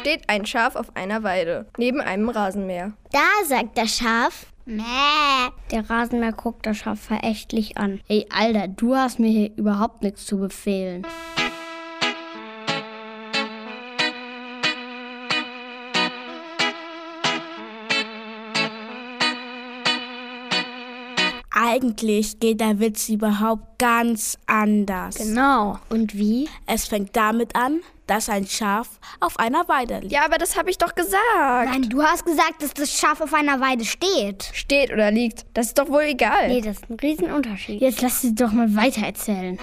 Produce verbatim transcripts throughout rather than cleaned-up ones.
steht ein Schaf auf einer Weide, neben einem Rasenmäher. Da sagt das Schaf: Mäh. Der Rasenmäher guckt das Schaf verächtlich an. Ey, Alter, du hast mir hier überhaupt nichts zu befehlen. Eigentlich geht der Witz überhaupt ganz anders. Genau. Und wie? Es fängt damit an, dass ein Schaf auf einer Weide liegt. Ja, aber das habe ich doch gesagt. Nein, du hast gesagt, dass das Schaf auf einer Weide steht. Steht oder liegt, das ist doch wohl egal. Nee, das ist ein Riesenunterschied. Jetzt lass sie doch mal weiter erzählen.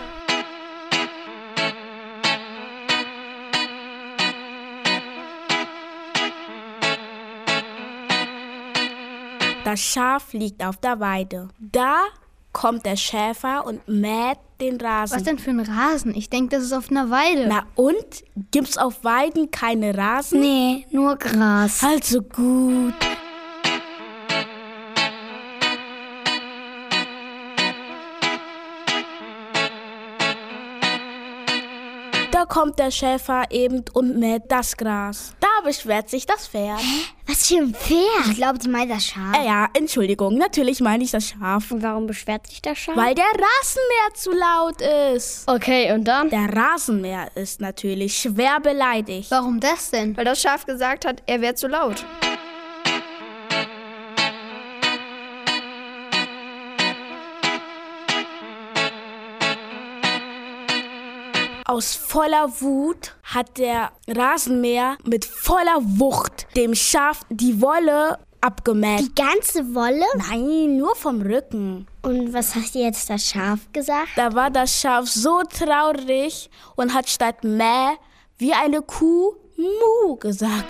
Das Schaf liegt auf der Weide. Da kommt der Schäfer und mäht den Rasen. Was denn für ein Rasen? Ich denke, das ist auf einer Weide. Na und? Gibt's auf Weiden keine Rasen? Nee, nur Gras. Also gut. Da kommt der Schäfer eben und mäht das Gras. Da beschwert sich das Pferd. Hä? Was für ein Pferd? Ich glaube, sie meint das Schaf. Äh, ja, Entschuldigung, natürlich meine ich das Schaf. Und warum beschwert sich das Schaf? Weil der Rasenmäher zu laut ist. Okay, und dann? Der Rasenmäher ist natürlich schwer beleidigt. Warum das denn? Weil das Schaf gesagt hat, er wäre zu laut. Aus voller Wut hat der Rasenmäher mit voller Wucht dem Schaf die Wolle abgemäht. Die ganze Wolle? Nein, nur vom Rücken. Und was hat jetzt das Schaf gesagt? Da war das Schaf so traurig und hat statt Mäh wie eine Kuh Mu gesagt.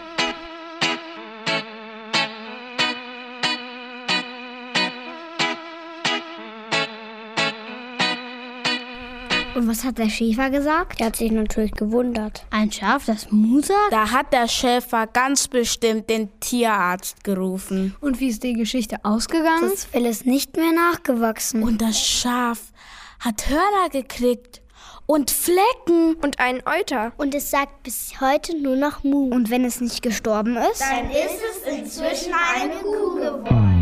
Und was hat der Schäfer gesagt? Er hat sich natürlich gewundert. Ein Schaf, das Mu sagt? Da hat der Schäfer ganz bestimmt den Tierarzt gerufen. Und wie ist die Geschichte ausgegangen? Das Fell ist nicht mehr nachgewachsen. Und das Schaf hat Hörner gekriegt und Flecken. Und einen Euter. Und es sagt bis heute nur noch Mu. Und wenn es nicht gestorben ist? Dann ist es inzwischen eine Kuh geworden.